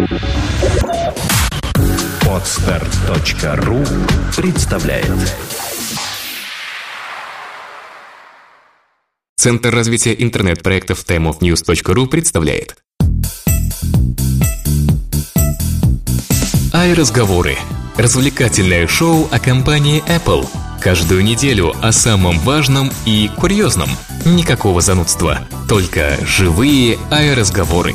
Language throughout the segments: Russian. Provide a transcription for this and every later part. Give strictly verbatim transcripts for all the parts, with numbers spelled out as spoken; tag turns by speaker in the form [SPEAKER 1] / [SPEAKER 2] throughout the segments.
[SPEAKER 1] Подстарт точка ру представляет.
[SPEAKER 2] Центр развития интернет-проектов тайм оф ньюс точка ру представляет. iRazговоры. Развлекательное шоу о компании Apple. Каждую неделю о самом важном и курьезном. Никакого занудства. Только живые iRazговоры.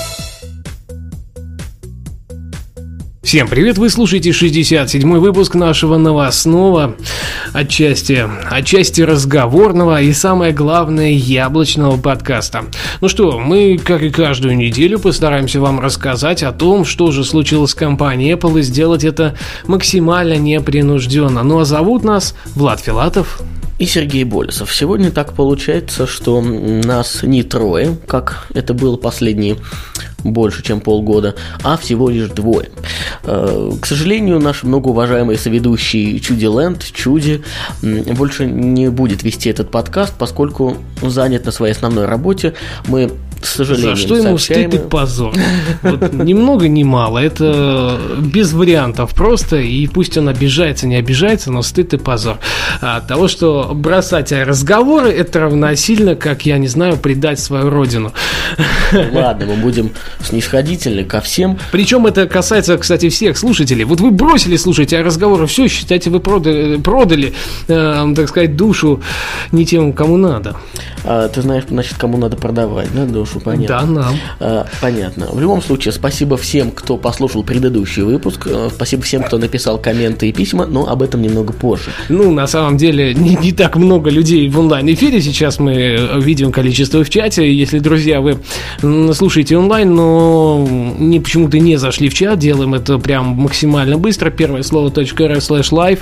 [SPEAKER 3] Всем привет, вы слушаете шестьдесят седьмой выпуск нашего новостного, отчасти, отчасти разговорного и, самое главное, яблочного подкаста. Ну что, мы, как и каждую неделю, постараемся вам рассказать о том, что же случилось с компанией Apple, и сделать это максимально непринужденно. Ну а зовут нас Влад Филатов
[SPEAKER 4] и Сергей Болесов. Сегодня так получается, что нас не трое, как это было последние больше, чем полгода, а всего лишь двое. К сожалению, наш многоуважаемый соведущий Чуди Ленд, Чуди, больше не будет вести этот подкаст, поскольку занят на своей основной работе. Мы, к сожалению,
[SPEAKER 3] за что ему стыд и позор. Вот, ни много ни мало. Это без вариантов просто. И пусть он обижается, не обижается, но стыд и позор. От того, что бросать разговоры, это равносильно, как, я не знаю, предать свою родину.
[SPEAKER 4] Ладно, мы будем снисходительны ко всем.
[SPEAKER 3] Причем это касается, кстати, всех слушателей. Вот вы бросили слушать а разговоры, все, считайте, вы продали, продали э, так сказать, душу не тем, кому надо.
[SPEAKER 4] А, ты знаешь, значит, кому надо продавать, да, душу, понятно?
[SPEAKER 3] Да, нам.
[SPEAKER 4] А, понятно. В любом случае, спасибо всем, кто послушал предыдущий выпуск. Спасибо всем, кто написал комменты и письма, но об этом немного позже.
[SPEAKER 3] Ну, на самом деле, не, не так много людей в онлайн-эфире. Сейчас мы видим количество в чате. Если, друзья, вы слушаете онлайн, но не, почему-то не зашли в чат, делаем это прям максимально быстро. Первое слово .ru слэш live.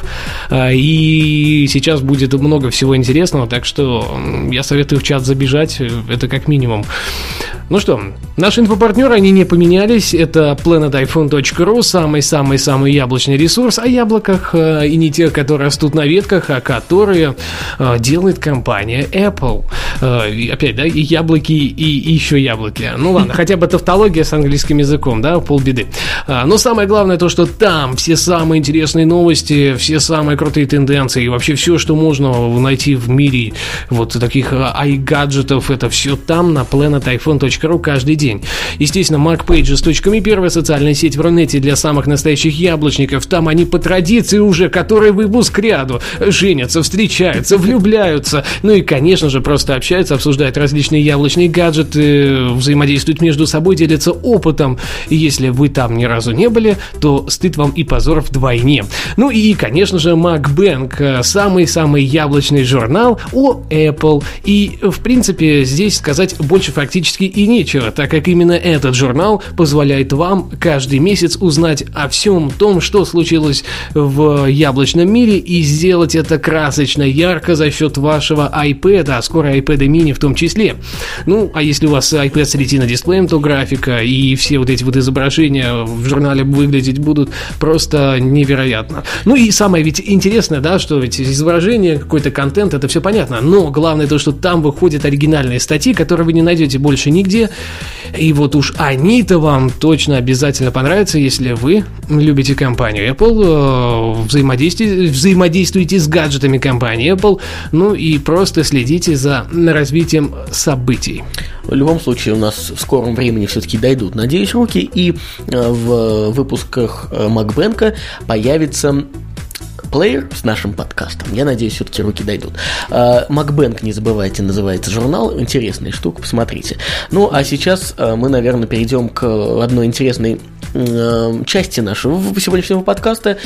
[SPEAKER 3] И сейчас будет много всего интересного, так что я советую в чат забежать, это как минимум. Ну что, наши инфопартнеры, они не поменялись. Это планет айфон точка ру, самый-самый-самый яблочный ресурс о яблоках, и не те, которые растут на ветках, а которые делает компания Apple. И опять, да, и яблоки, и, и еще яблоки. Ну ладно, хотя бы тавтология с английским языком, да, полбеды. Но самое главное то, что там все самые интересные новости, все самые крутые тенденции, и вообще все, что можно найти в мире вот таких i-гаджетов, это все там на планет айфон точка ру каждый день. Естественно, mac pages точка ми, первая социальная сеть в Рунете для самых настоящих яблочников. Там они по традиции уже, который выпуск ряду, женятся, встречаются, влюбляются. Ну и, конечно же, просто общаются, обсуждают различные яблочные гаджеты, взаимодействуют между собой, делятся опытом. И если вы там ни разу не были, то стыд вам и позор вдвойне. Ну и, конечно же, MacBank, самый-самый яблочный журнал о Apple. И, в принципе, здесь сказать больше фактически и нечего, так как именно этот журнал позволяет вам каждый месяц узнать о всем том, что случилось в яблочном мире, и сделать это красочно, ярко за счет вашего iPad, а скоро iPad mini в том числе. Ну, а если у вас iPad с ретино-дисплеем, то графика и все вот эти вот изображения в журнале выглядеть будут просто невероятно. Ну и самое ведь интересное, да, что ведь изображение, какой-то контент, это все понятно, но главное то, что там выходят оригинальные статьи, которые вы не найдете больше нигде, и вот уж они-то вам точно обязательно понравятся, если вы любите компанию Apple, взаимодействуете, взаимодействуете с гаджетами компании Apple, ну и просто следите за развитием событий.
[SPEAKER 4] В любом случае, у нас в скором времени все-таки дойдут, надеюсь, руки, и в выпусках MacBank появится плеер с нашим подкастом. Я надеюсь, все-таки руки дойдут. MacBank, не забывайте, называется журнал. Интересная штука, посмотрите. Ну, а сейчас мы, наверное, перейдем к одной интересной части нашего сегодняшнего подкаста,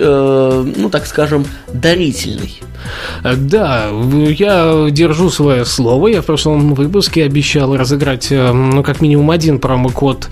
[SPEAKER 4] ну, так скажем, дарительной.
[SPEAKER 3] Да, я держу свое слово. Я в прошлом выпуске обещал разыграть, ну, как минимум один промокод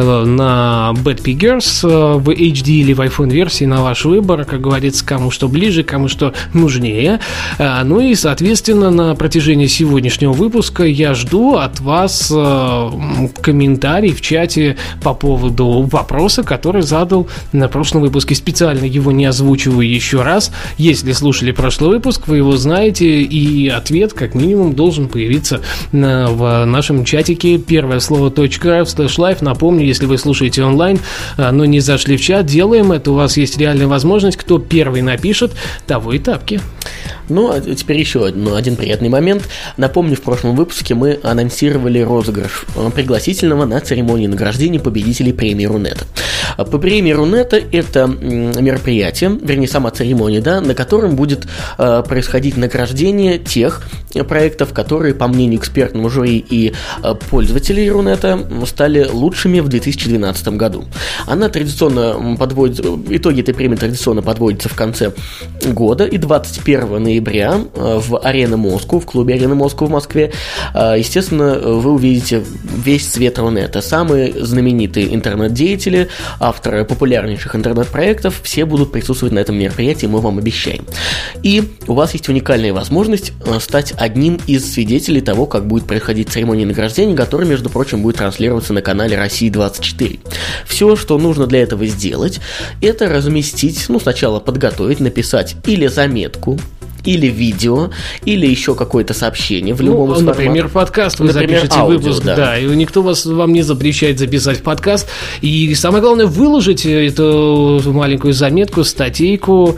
[SPEAKER 3] на Bad Piggers в эйч ди или в iPhone версии на ваш выбор, как говорится, кому что ближе, кому что нужнее. Ну и, соответственно, на протяжении сегодняшнего выпуска я жду от вас комментарий в чате по поводу вопроса, который задал на прошлом выпуске. Специально его не озвучиваю еще раз. Если слушали прошлый выпуск, вы его знаете, и ответ, как минимум, должен появиться на, в нашем чатике первое слово .рф слэш лайв. Напомню, если вы слушаете онлайн, но не зашли в чат, делаем это. У вас есть реальная возможность. Кто первый напишет, того и тапки.
[SPEAKER 4] Ну, а теперь еще один, один приятный момент. Напомню, в прошлом выпуске мы анонсировали розыгрыш пригласительного на церемонии награждения победителей премии Рунета. По премии Рунета это мероприятие, вернее, сама церемония, да, на котором будет э, происходить награждение тех проектов, которые, по мнению экспертного жюри и э, пользователей Рунета, стали лучшими в две тысячи двенадцатом году. Она традиционно подводит, итоги этой премии традиционно подводятся в конце года, и двадцать первого ноября в Арена Москву, в клубе Арена Москву в Москве, естественно, вы увидите весь цвет Рунета. Самые знаменитые интернет-деятели, авторы популярнейших интернет-проектов, все будут присутствовать на этом мероприятии, мы вам обещаем. И у вас есть уникальная возможность стать одним из свидетелей того, как будет происходить церемония награждения, которая, между прочим, будет транслироваться на канале Россия двадцать четыре. Все, что нужно для этого сделать, это разместить, ну, сначала подготовить, написать или заметку, или видео, или еще какое-то сообщение в любом
[SPEAKER 3] ну,
[SPEAKER 4] из форматов.
[SPEAKER 3] Например, подкаст, вы
[SPEAKER 4] например,
[SPEAKER 3] запишите
[SPEAKER 4] аудио,
[SPEAKER 3] выпуск,
[SPEAKER 4] да.
[SPEAKER 3] да, и никто вас, вам не запрещает записать подкаст. И самое главное, выложить эту маленькую заметку, статейку.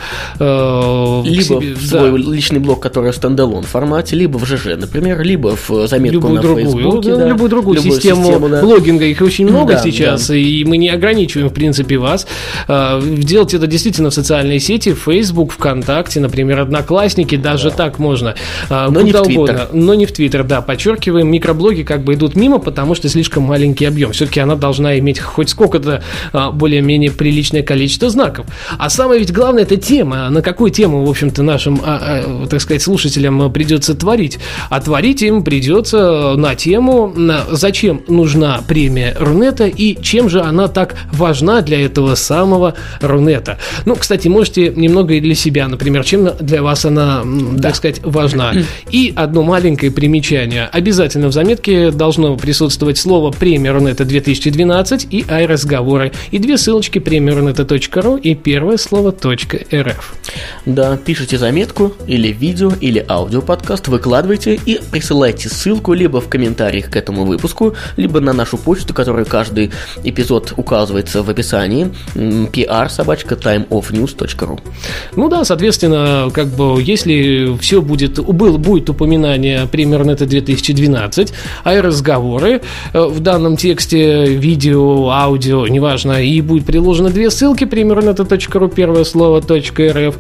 [SPEAKER 3] Э,
[SPEAKER 4] либо
[SPEAKER 3] себе,
[SPEAKER 4] в
[SPEAKER 3] да.
[SPEAKER 4] свой личный блог, который в стендалон формате, либо в ЖЖ, например, либо в заметку
[SPEAKER 3] любую
[SPEAKER 4] на
[SPEAKER 3] другую,
[SPEAKER 4] Фейсбуке.
[SPEAKER 3] да,
[SPEAKER 4] Да,
[SPEAKER 3] любую другую
[SPEAKER 4] любую
[SPEAKER 3] систему,
[SPEAKER 4] систему, да.
[SPEAKER 3] блогинга. Их очень много
[SPEAKER 4] да,
[SPEAKER 3] сейчас,
[SPEAKER 4] да.
[SPEAKER 3] и мы не ограничиваем, в принципе, вас. Э, делать это действительно в социальные сети, Facebook, ВКонтакте, например, Одноклассники, даже да. так можно.
[SPEAKER 4] Но не в Твиттер.
[SPEAKER 3] Но не в Твиттер, да, подчеркиваем, микроблоги как бы идут мимо, потому что слишком маленький объем. Все-таки она должна иметь хоть сколько-то а, более-менее приличное количество знаков. А самое ведь главное, это тема. На какую тему, в общем-то, нашим, а, а, так сказать, слушателям придется творить? А творить им придется на тему, на, зачем нужна премия Рунета и чем же она так важна для этого самого Рунета. Ну, кстати, можете немного и для себя, например, чем для вас она, да. так сказать, важна. И одно маленькое примечание. Обязательно в заметке должно присутствовать слово «Премия Рунета две тысячи двенадцать» и «Ай-разговоры». И две ссылочки премия рунета точка ру и первое слово .рф.
[SPEAKER 4] Да, пишите заметку, или видео, или аудиоподкаст, выкладывайте и присылайте ссылку либо в комментариях к этому выпуску, либо на нашу почту, которая каждый эпизод указывается в описании, пи ар собака тайм оф ньюс точка ру.
[SPEAKER 3] Ну да, соответственно, как бы, если все будет, был, будет упоминание премии Рунета две тысячи двенадцать, ай-разговоры в данном тексте, видео, аудио, неважно, и будет приложено две ссылки, премия рунета точка ру, первое слово .рф,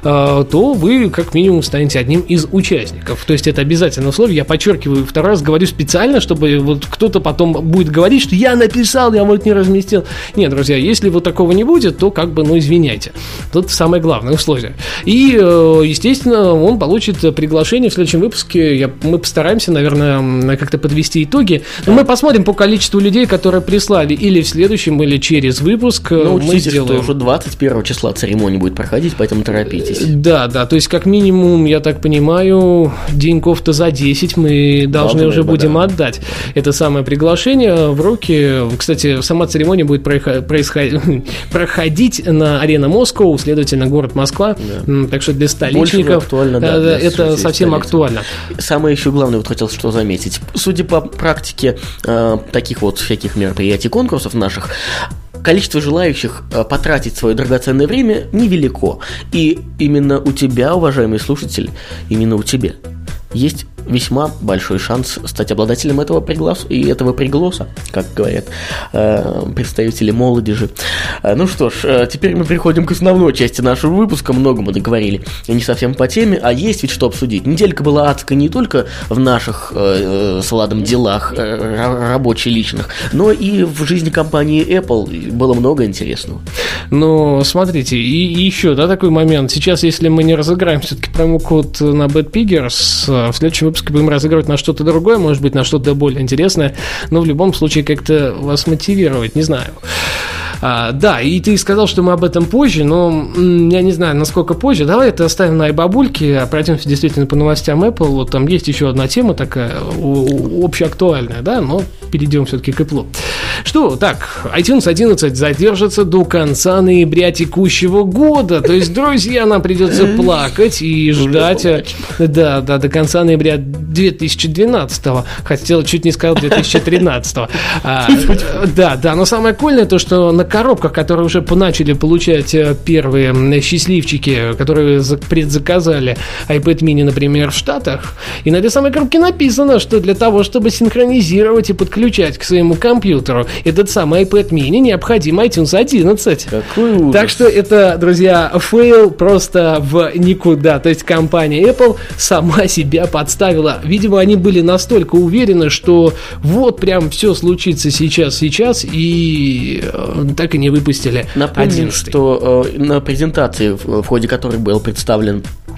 [SPEAKER 3] то вы как минимум станете одним из участников. То есть это обязательное условие, я подчеркиваю, второй раз говорю специально, чтобы вот кто-то потом будет говорить, что я написал, я вот не разместил. Нет, друзья, если вот такого не будет, то как бы, ну, извиняйте. Тут самое главное условие. И, естественно, он получит приглашение в следующем выпуске. Я, мы постараемся, наверное, как-то подвести итоги. Но мы посмотрим по количеству людей, которые прислали, или в следующем, или через выпуск.
[SPEAKER 4] Ну,
[SPEAKER 3] мы
[SPEAKER 4] учтите,
[SPEAKER 3] сделаем.
[SPEAKER 4] что уже двадцать первого числа церемония будет проходить, поэтому торопитесь.
[SPEAKER 3] Да, да, то есть как минимум, я так понимаю, деньков-то за десять мы должны, должны уже бы, будем да. отдать это самое приглашение в руки. Кстати, сама церемония будет происходить, проходить на Арена Москва, следовательно, город Москва. Да. Так что для столичников
[SPEAKER 4] актуально, да,
[SPEAKER 3] да, это совсем столицы. Актуально.
[SPEAKER 4] Самое еще главное, вот хотел что заметить. Судя по практике э, таких вот всяких мероприятий, конкурсов наших, количество желающих потратить свое драгоценное время невелико. И именно у тебя, уважаемый слушатель, именно у тебя есть весьма большой шанс стать обладателем этого пригласа и этого пригласа, как говорят э, представители молодежи. Э, ну что ж, э, теперь мы переходим к основной части нашего выпуска. Много мы договорили, не совсем по теме, а есть ведь что обсудить. Неделька была адская не только в наших э, с Владом делах э, рабочих личных, но и в жизни компании Apple было много интересного.
[SPEAKER 3] Ну, смотрите, и, и еще, да, такой момент. Сейчас, если мы не разыграем все-таки промокод на Bad Piggers, в следующем выпуске будем разыгрывать на что-то другое, может быть, на что-то более интересное, но в любом случае как-то вас мотивировать, не знаю. А, да, и ты сказал, что мы об этом позже, но м, я не знаю, насколько позже. Давай это оставим на iBabульке, а пройдемся действительно по новостям Apple. Вот там есть еще одна тема такая общеактуальная, да, но перейдем все-таки к Apple. Что, так, iTunes одиннадцать задержится до конца ноября текущего года. То есть, друзья, нам придется плакать и ждать, да, да, до конца ноября две тысячи двенадцатого. Хотел, чуть не сказал две тысячи тринадцатого. А, да, да, но самое кольное то, что на коробках, которые уже начали получать первые счастливчики, которые предзаказали iPad mini, например, в Штатах, и на этой самой коробке написано, что для того, чтобы синхронизировать и подключать к своему компьютеру этот самый iPad mini, необходим iTunes одиннадцать.
[SPEAKER 4] Какой ужас.
[SPEAKER 3] Так что это, друзья, фейл просто в никуда. То есть компания Apple сама себя подставила. Видимо, они были настолько уверены, что вот прям все случится сейчас, сейчас, и э, так и не выпустили.
[SPEAKER 4] Напомним,
[SPEAKER 3] одиннадцатый.
[SPEAKER 4] что э, на презентации, в, в ходе которой был представлен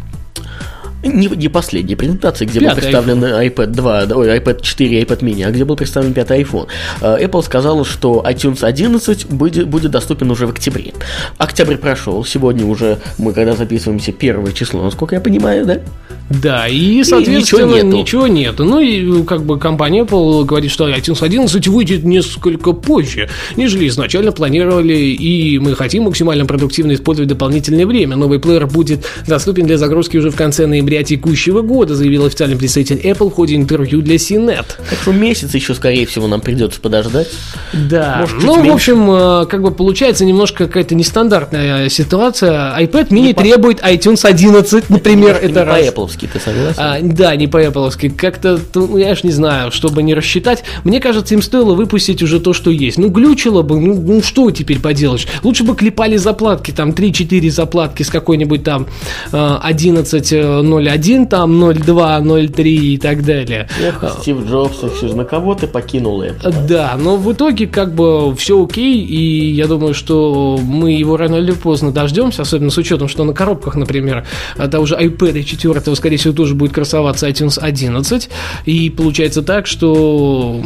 [SPEAKER 4] Не, не последней презентации, где
[SPEAKER 3] пятый
[SPEAKER 4] был представлен iPhone. iPad два, ой, iPad четыре, iPad mini, а где был представлен пятый iPhone. Apple сказала, что iTunes одиннадцать будет, будет доступен уже в октябре. Октябрь прошел, сегодня уже мы, когда записываемся, первое число, насколько я понимаю, да?
[SPEAKER 3] Да, и, соответственно,
[SPEAKER 4] и ничего нету.
[SPEAKER 3] ничего нету. Ну, и как бы компания Apple говорит, что iTunes одиннадцать выйдет несколько позже, нежели изначально планировали, и мы хотим максимально продуктивно использовать дополнительное время. Новый плеер будет доступен для загрузки уже в конце ноября текущего года, заявил официальный представитель Apple в ходе интервью для си нет.
[SPEAKER 4] Так что месяц еще, скорее всего, нам придется подождать.
[SPEAKER 3] Да,
[SPEAKER 4] может,
[SPEAKER 3] ну,
[SPEAKER 4] меньше.
[SPEAKER 3] в общем, как бы получается немножко какая-то нестандартная ситуация. iPad mini не требует по... iTunes одиннадцать, например,
[SPEAKER 4] не,
[SPEAKER 3] это
[SPEAKER 4] не
[SPEAKER 3] раз.
[SPEAKER 4] По-Apple-овски, ты согласен?
[SPEAKER 3] А, да, не по-Apple-овски. Как-то, ну, я ж не знаю, чтобы не рассчитать. Мне кажется, им стоило выпустить уже то, что есть. Ну, глючило бы, ну, ну что теперь поделаешь? Лучше бы клепали заплатки, там, три-четыре заплатки с какой-нибудь там одиннадцать ноль один, там, ноль два, ноль три и так далее.
[SPEAKER 4] Эх, Стив Джобс, все же на кого ты покинул это?
[SPEAKER 3] Да, но в итоге как бы все окей, и я думаю, что мы его рано или поздно дождемся, особенно с учетом, что на коробках, например, того же iPad четыре, скорее всего, тоже будет красоваться iTunes одиннадцать, и получается так, что,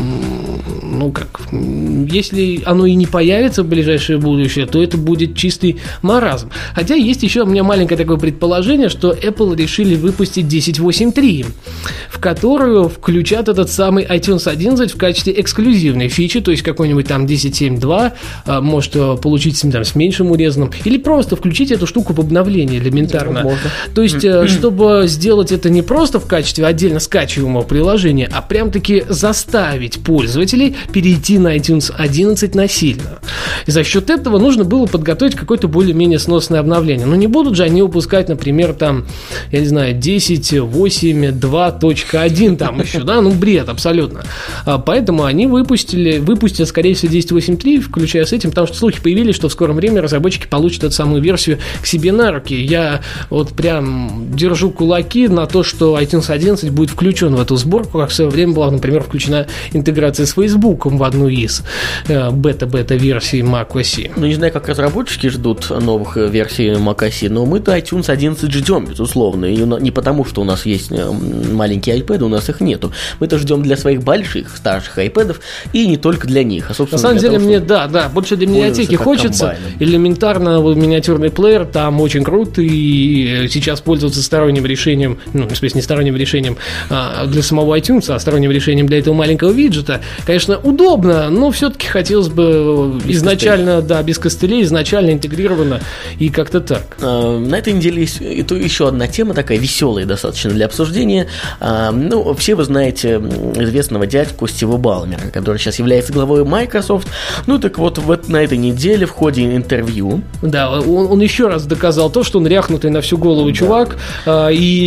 [SPEAKER 3] ну как, если оно и не появится в ближайшее будущее, то это будет чистый маразм. Хотя есть еще у меня маленькое такое предположение, что Apple решили выпустить десять восемь три, в которую включат этот самый iTunes одиннадцать в качестве эксклюзивной фичи, то есть какой-нибудь там десять семь два может получить там, с меньшим урезаном, или просто включить эту штуку в обновление элементарно. Да, то есть, чтобы сделать это не просто в качестве отдельно скачиваемого приложения, а прям-таки заставить пользователей перейти на iTunes одиннадцать насильно. И за счет этого нужно было подготовить какое-то более-менее сносное обновление. Но не будут же они выпускать, например, там, я не знаю, десять восемь два точка один там еще, да, ну бред абсолютно. Поэтому они выпустили, выпустят, скорее всего, десять восемь три, включая с этим, потому что слухи появились, что в скором времени разработчики получат эту самую версию к себе на руки. Я вот прям держу кулаки на то, что iTunes одиннадцать будет включен в эту сборку, как в свое время была, например, включена интеграция с Facebook в одну из бета-бета-версий macOS.
[SPEAKER 4] Ну, не знаю, как разработчики ждут новых версий macOS, но мы-то iTunes одиннадцать ждем, безусловно, и не потому, что у нас есть маленькие iPad, у нас их нету. Мы-то ждем для своих больших, старших iPad'ов, и не только для них. А, собственно,
[SPEAKER 3] на самом деле,
[SPEAKER 4] того,
[SPEAKER 3] мне, да, да, больше для медиатеки хочется. Комбайном. Элементарно миниатюрный плеер там очень крут, и сейчас пользоваться сторонним решением, ну, в смысле, не сторонним решением а, для самого iTunes, а сторонним решением для этого маленького виджета, конечно, удобно, но все-таки хотелось бы без изначально, костылей. Да, без костылей, изначально интегрировано и как-то так.
[SPEAKER 4] А, на этой неделе есть еще одна тема, такая веселая достаточно для обсуждения. А, ну, все вы знаете известного дядьку Стива Балмера, который сейчас является главой Microsoft. Ну, так вот, вот на этой неделе в ходе интервью...
[SPEAKER 3] Да, он, он еще раз доказал то, что он ряхнутый на всю голову да. чувак, а,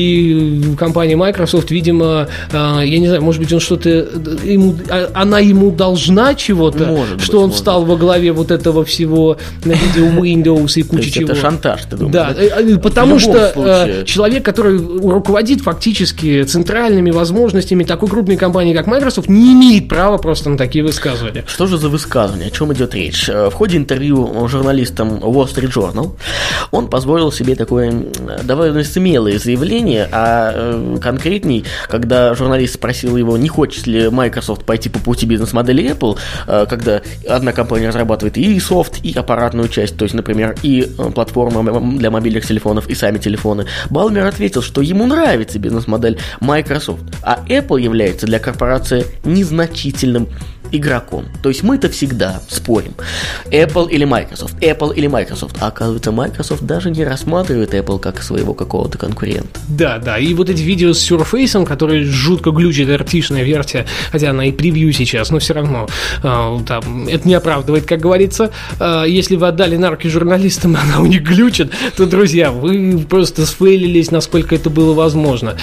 [SPEAKER 3] и компания Microsoft, видимо, а, я не знаю, может быть, он что-то... Ему, она ему должна чего-то, может что быть, он встал может. во главе вот этого всего на видео Windows и куча чего.
[SPEAKER 4] Это шантаж, ты думаешь?
[SPEAKER 3] Да, да? потому что случае. человек, который руководит фактически центральными возможностями такой крупной компании, как Microsoft, не имеет права просто на такие высказывания.
[SPEAKER 4] Что же за высказывания? О чем идет речь? В ходе интервью журналистам Wall Street Journal он позволил себе такое довольно смелое заявление, а конкретней, когда журналист спросил его, не хочет ли Microsoft пойти по пути бизнес-модели Apple, когда одна компания разрабатывает и софт, и аппаратную часть, то есть, например, и платформы для мобильных телефонов, и сами телефоны, Балмер ответил, что ему нравится бизнес-модель Microsoft, а Apple является для корпорации незначительным игроком. То есть мы-то всегда спорим, Apple или Microsoft, Apple или Microsoft. А оказывается, Microsoft даже не рассматривает Apple как своего какого-то конкурента.
[SPEAKER 3] Да, да, и вот эти видео с Surface, которые жутко глючит, эр ти-шная версия, хотя она и превью сейчас, но все равно э, там, это не оправдывает, как говорится. Э, если вы отдали нарки журналистам, она у них глючит, то, друзья, вы просто сфейлились, насколько это было возможно.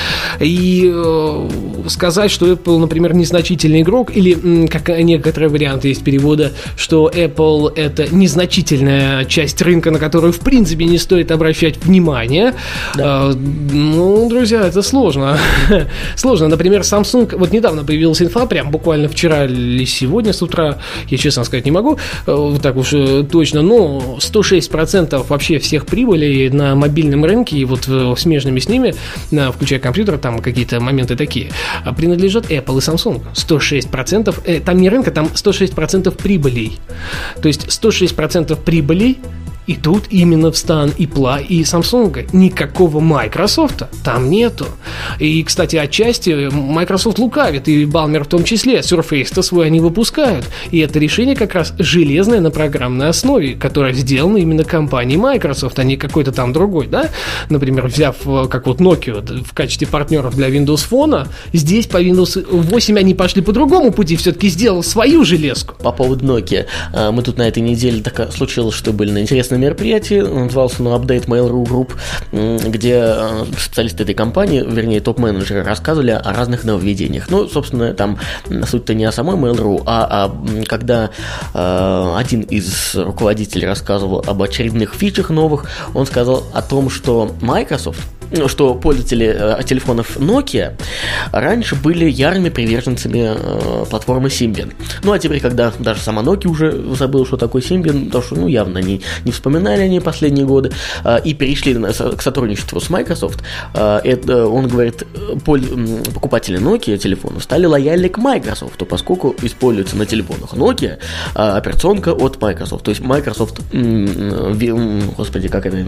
[SPEAKER 3] И э, сказать, что Apple, например, незначительный игрок, или, как некоторые варианты есть перевода, что Apple — это незначительная часть рынка, на которую, в принципе, не стоит обращать внимание, да. э, ну, друзья, это сложно. Сложно. Например, Samsung, вот недавно появилась инфа, прям буквально вчера или сегодня с утра, я честно сказать не могу, э, так уж э, точно, но сто шесть процентов вообще всех прибылей на мобильном рынке, и вот э, смежными с ними, э, включая компьютер, там какие-то моменты такие, принадлежат Apple и Samsung. сто шесть процентов, э, там не рынка, там сто шесть процентов прибылей. То есть сто шесть процентов прибылей идут именно в стан Apple и Samsung. Никакого Microsoft там нету. И, кстати, отчасти Microsoft лукавит, и Балмер в том числе. Surface-то свой они выпускают. И это решение как раз железное на программной основе, которое сделано именно компанией Microsoft, а не какой-то там другой, да? Например, взяв, как вот Nokia в качестве партнеров для Windows Phone, здесь по Windows восемь они пошли по другому пути, все-таки сделал свою железку.
[SPEAKER 4] По поводу Nokia. Мы тут на этой неделе так случилось, что были на интересном мероприятии, назывался ну, Update Mail.ru Group, где специалисты этой компании, вернее, топ-менеджеры, рассказывали о разных нововведениях. Ну, собственно, там суть-то не о самой Mail.ru, а, а когда э, один из руководителей рассказывал об очередных фичах новых, он сказал о том, что Microsoft, что пользователи э, телефонов Nokia раньше были ярыми приверженцами э, платформы Symbian. Ну, а теперь, когда даже сама Nokia уже забыла, что такое Symbian, потому что, ну, явно они не вспоминали они последние годы, э, и перешли на, к сотрудничеству с Microsoft, э, это, он говорит, поль, покупатели Nokia телефонов стали лояльны к Microsoft, поскольку используется на телефонах Nokia э, операционка от Microsoft. То есть Microsoft, э, э, господи, как это...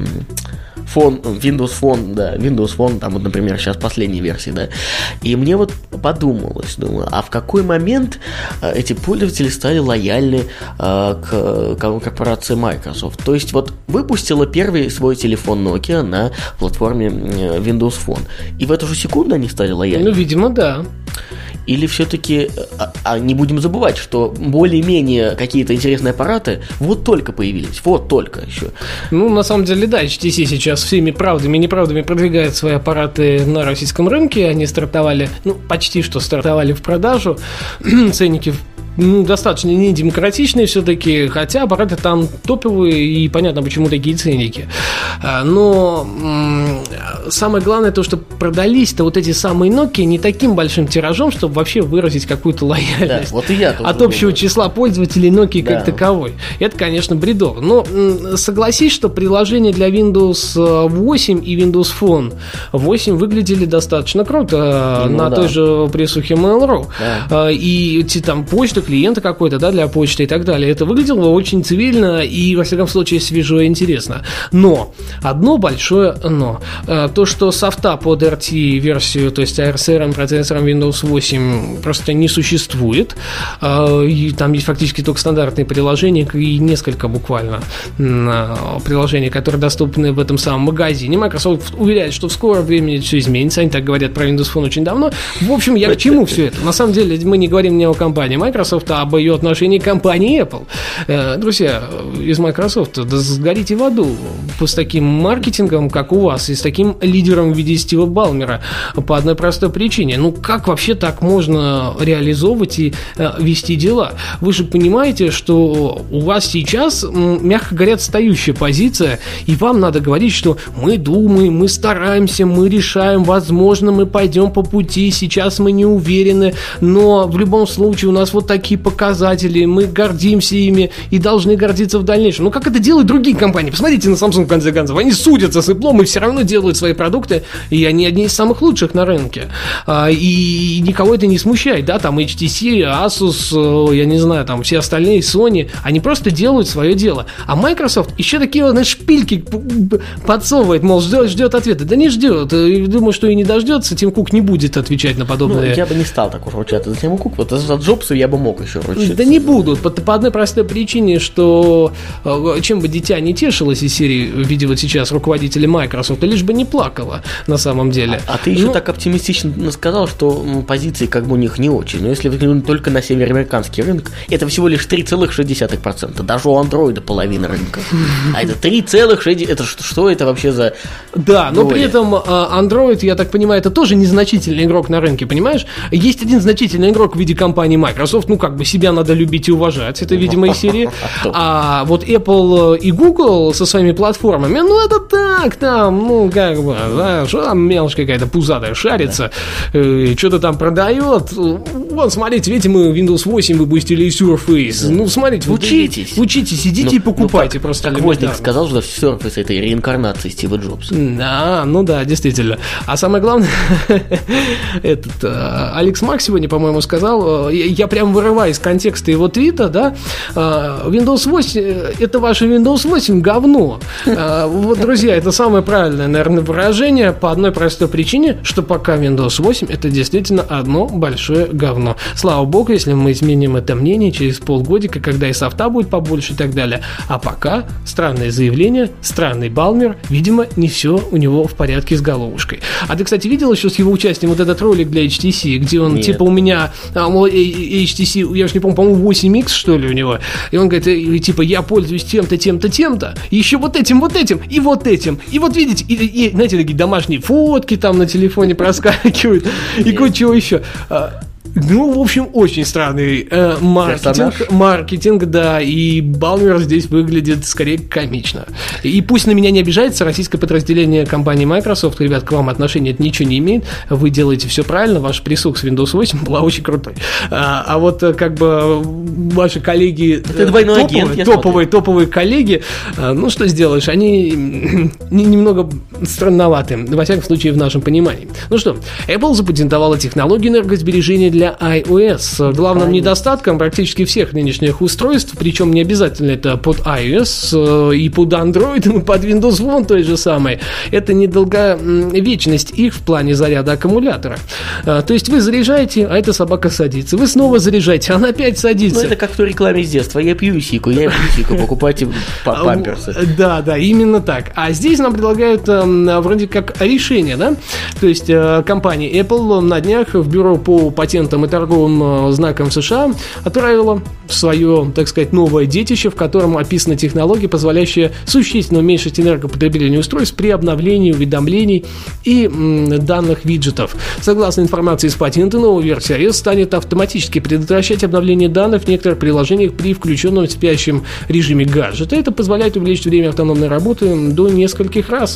[SPEAKER 4] Фон, Windows Phone, да, Windows Phone, там вот, например, сейчас последней версии, да. И мне вот подумалось, думаю, а в какой момент э, эти пользователи стали лояльны э, к, к корпорации Microsoft? То есть вот выпустила первый свой телефон Nokia на платформе э, Windows Phone, и в эту же секунду они стали лояльны?
[SPEAKER 3] Ну, видимо, да.
[SPEAKER 4] Или все-таки, а, а не будем забывать, что более-менее какие-то интересные аппараты вот только появились, вот только еще.
[SPEAKER 3] Ну, на самом деле, да, эйч ти си сейчас всеми правдами и неправдами продвигает свои аппараты на российском рынке. Они стартовали, ну, почти что стартовали в продажу. Ценники ну, достаточно недемократичные все-таки, хотя аппараты там топовые, и понятно, почему такие ценники. Но м- самое главное то, что продались-то вот эти самые Nokia не таким большим тиражом, чтобы вообще выразить какую-то лояльность,
[SPEAKER 4] да, вот и я
[SPEAKER 3] от общего думаю. Числа пользователей Nokia да. как таковой. Это, конечно, бредово. Но м- согласись, что приложения для Windows восемь и Windows Phone восемь выглядели достаточно круто ну, на да. той же пресухе Mail.ru. Да. И эти там почты клиента какой-то, да, для почты и так далее. Это выглядело очень цивильно и, во всяком случае, свежо и интересно. Но, одно большое но. То, что софта под эр ти-версию, то есть эй ар эс эр, процессором Windows восемь просто не существует. И там есть фактически только стандартные приложения и несколько буквально приложений, которые доступны в этом самом магазине. Microsoft уверяет, что в скором времени все изменится. Они так говорят про Windows Phone очень давно. В общем, я к чему все это? На самом деле, мы не говорим не о компании Microsoft, а об ее отношении к компании Apple. Друзья, из Microsoft, да сгорите в аду с таким маркетингом, как у вас, и с таким лидером в виде Стива Балмера, по одной простой причине. Ну, как вообще так можно реализовывать и э, вести дела? Вы же понимаете, что у вас сейчас, мягко говоря, отстающая позиция, и вам надо говорить, что мы думаем, мы стараемся, мы решаем, возможно, мы пойдем по пути, сейчас мы не уверены, но в любом случае у нас вот такие показатели, мы гордимся ими и должны гордиться в дальнейшем. Ну, как это делают другие компании? Посмотрите на Samsung, в конце концов. Они судятся с Apple и все равно делают свои продукты, и они одни из самых лучших на рынке. А, и никого это не смущает, да, там эйч ти си, Asus, я не знаю, там все остальные, Sony, они просто делают свое дело. А Microsoft еще такие, знаешь, шпильки подсовывает, мол, ждет, ждет ответа. Да не ждет. И думаю, что и не дождется, Тим Кук не будет отвечать на подобные...
[SPEAKER 4] Ну, я бы не стал так уж ручаться за Тима Кука. Вот за Джобса я бы мог замок еще ручиться.
[SPEAKER 3] Да не будут, по, по одной простой причине, что чем бы дитя не тешилось из серии в виде вот сейчас руководителя Microsoft, лишь бы не плакала на самом деле.
[SPEAKER 4] А, а ты еще
[SPEAKER 3] ну,
[SPEAKER 4] так оптимистично сказал, что позиции как бы у них не очень. Но если взглянуть только на североамериканский рынок, это всего лишь три целых шесть десятых процента. Даже у Android половина рынка. А это три целых шесть десятых процента. Это что, что это вообще за...
[SPEAKER 3] Да, но при этом Android, я так понимаю, это тоже незначительный игрок на рынке, понимаешь? Есть один значительный игрок в виде компании Microsoft, ну как бы себя надо любить и уважать, это, видимо, из серии. А вот Apple и Google со своими платформами, ну это так, там, ну как бы, да, что там мелочь какая-то пузатая шарится, э, что-то там продает. Вот, смотрите, видите, мы Windows восемь выпустили и Surface. Да. Ну, смотрите,
[SPEAKER 4] учитесь.
[SPEAKER 3] Учитесь, идите ну, и покупайте
[SPEAKER 4] ну,
[SPEAKER 3] просто.
[SPEAKER 4] Так Возник сказал, что Surface это реинкарнация Стива Джобса.
[SPEAKER 3] Да, ну да, действительно. А самое главное, этот Алекс Мак сегодня, по-моему, сказал, я прям вырываю из контекста его твита, да, Windows восемь, это ваше Windows восемь говно. Вот, друзья, это самое правильное, наверное, выражение по одной простой причине, что пока Windows восемь это действительно одно большое говно. Слава богу, если мы изменим это мнение через полгодика, когда и софта будет побольше и так далее. А пока странное заявление, странный Балмер, видимо, не все у него в порядке с головушкой. А ты, кстати, видел еще с его участием вот этот ролик для эйч ти си, где он, Нет. типа, у меня эйч ти си, я уж не помню, по-моему, восемь икс, что ли, у него, и он говорит, типа, я пользуюсь тем-то, тем-то, тем-то, и еще вот этим, вот этим, и вот этим, и вот видите, и, и знаете, такие домашние фотки там на телефоне проскакивают, и кое-чего еще. Ну, в общем, очень странный э, маркетинг, маркетинг, да, и Балмер здесь выглядит скорее комично. И пусть на меня не обижается российское подразделение компании Microsoft, ребят, к вам отношения это ничего не имеет, вы делаете все правильно, ваш присух с Windows восемь была очень крутой. А, а вот как бы ваши коллеги,
[SPEAKER 4] это двойной агент,
[SPEAKER 3] топовые, топовые, топовые коллеги, ну, что сделаешь, они немного странноваты, во всяком случае, в нашем понимании. Ну что, Apple запатентовала технологию энергосбережения для Для iOS. Главным iOS. недостатком практически всех нынешних устройств, причем не обязательно это под iOS и под Android, и под Windows Phone той же самой, это недолговечность их в плане заряда аккумулятора. То есть вы заряжаете, а эта собака садится. Вы снова заряжаете, она опять садится.
[SPEAKER 4] Ну это как в той рекламе с детства. Я пью сику, я пью сику, покупайте памперсы.
[SPEAKER 3] Да, да, именно так. А здесь нам предлагают вроде как решение, да? То есть компания Apple на днях в бюро по патентам и торговым знаком США отправила свое, так сказать, новое детище, в котором описана технология, позволяющая существенно уменьшить энергопотребление устройств при обновлении уведомлений и м, данных виджетов. Согласно информации из патента, новая версия iOS станет автоматически предотвращать обновление данных в некоторых приложениях при включенном в спящем режиме гаджета. Это позволяет увеличить время автономной работы до нескольких раз.